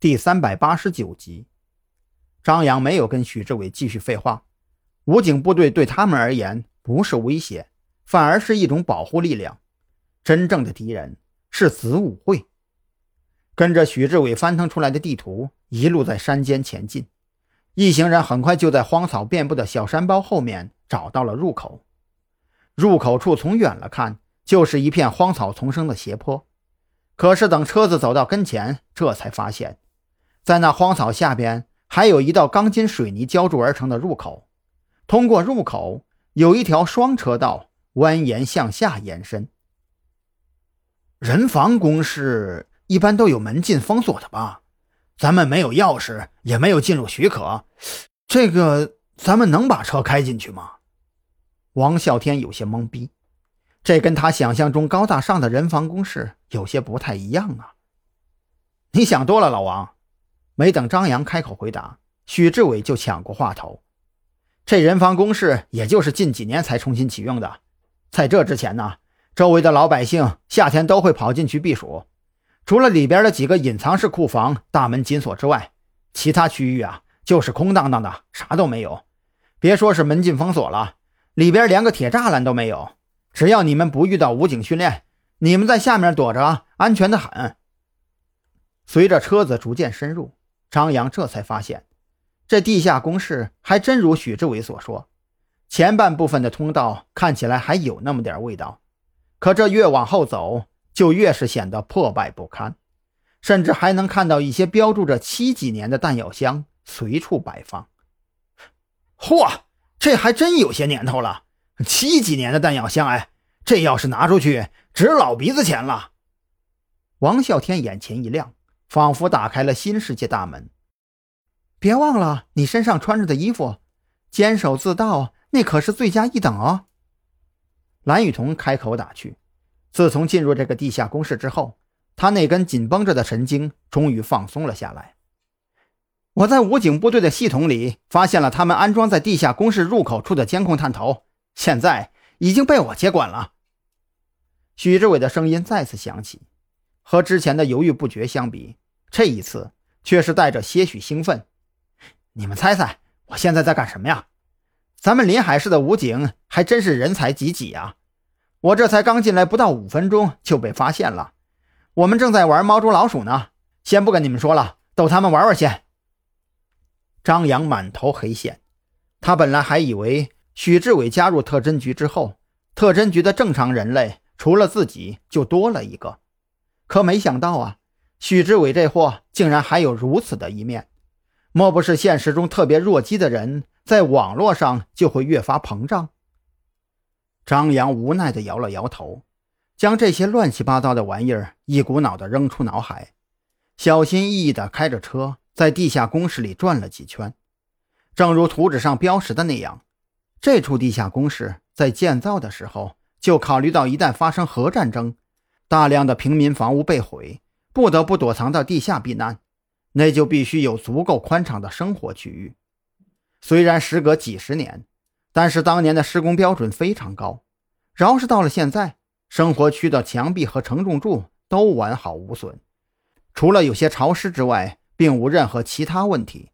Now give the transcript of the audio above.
第389集。张扬没有跟许志伟继续废话，武警部队对他们而言不是威胁，反而是一种保护力量。真正的敌人是子午会。跟着许志伟翻腾出来的地图，一路在山间前进。一行人很快就在荒草遍布的小山包后面找到了入口。入口处从远了看，就是一片荒草丛生的斜坡。可是等车子走到跟前，这才发现，在那荒草下边还有一道钢筋水泥浇筑而成的入口。通过入口，有一条双车道蜿蜒向下延伸。人防工事一般都有门禁封锁的吧？咱们没有钥匙，也没有进入许可，这个咱们能把车开进去吗？王啸天有些懵逼，这跟他想象中高大上的人防工事有些不太一样啊。你想多了，老王。没等张扬开口回答，许志伟就抢过话头。这人防工事也就是近几年才重新启用的，在这之前呢，周围的老百姓夏天都会跑进去避暑，除了里边的几个隐藏式库房大门紧锁之外，其他区域啊就是空荡荡的，啥都没有。别说是门禁封锁了，里边连个铁栅栏都没有。只要你们不遇到武警训练，你们在下面躲着，安全的很。随着车子逐渐深入，张扬这才发现，这地下工事还真如许志伟所说，前半部分的通道看起来还有那么点味道，可这越往后走，就越是显得破败不堪，甚至还能看到一些标注着7几年的弹药箱随处摆放。嚯，这还真有些年头了，7几年的弹药箱，哎，这要是拿出去，值老鼻子钱了。王啸天眼前一亮，仿佛打开了新世界大门。别忘了你身上穿着的衣服，坚守自盗，那可是罪加一等哦。蓝雨桐开口打趣。自从进入这个地下工事之后，他那根紧绷着的神经终于放松了下来。我在武警部队的系统里发现了他们安装在地下工事入口处的监控探头，现在已经被我接管了。许志伟的声音再次响起，和之前的犹豫不决相比，这一次却是带着些许兴奋。你们猜猜我现在在干什么呀？咱们临海市的武警还真是人才济济啊！我这才刚进来不到5分钟就被发现了，我们正在玩猫捉老鼠呢，先不跟你们说了，逗他们玩玩先。张扬满头黑线，他本来还以为许志伟加入特侦局之后，特侦局的正常人类除了自己就多了一个，可没想到啊，许志伟这货竟然还有如此的一面。莫不是现实中特别弱鸡的人在网络上就会越发膨胀？张扬无奈地摇了摇头，将这些乱七八糟的玩意儿一股脑地扔出脑海，小心翼翼地开着车在地下工事里转了几圈。正如图纸上标识的那样，这处地下工事在建造的时候就考虑到一旦发生核战争，大量的平民房屋被毁，不得不躲藏到地下避难，那就必须有足够宽敞的生活区域。虽然时隔几十年，但是当年的施工标准非常高，饶是到了现在，生活区的墙壁和承重柱都完好无损，除了有些潮湿之外，并无任何其他问题。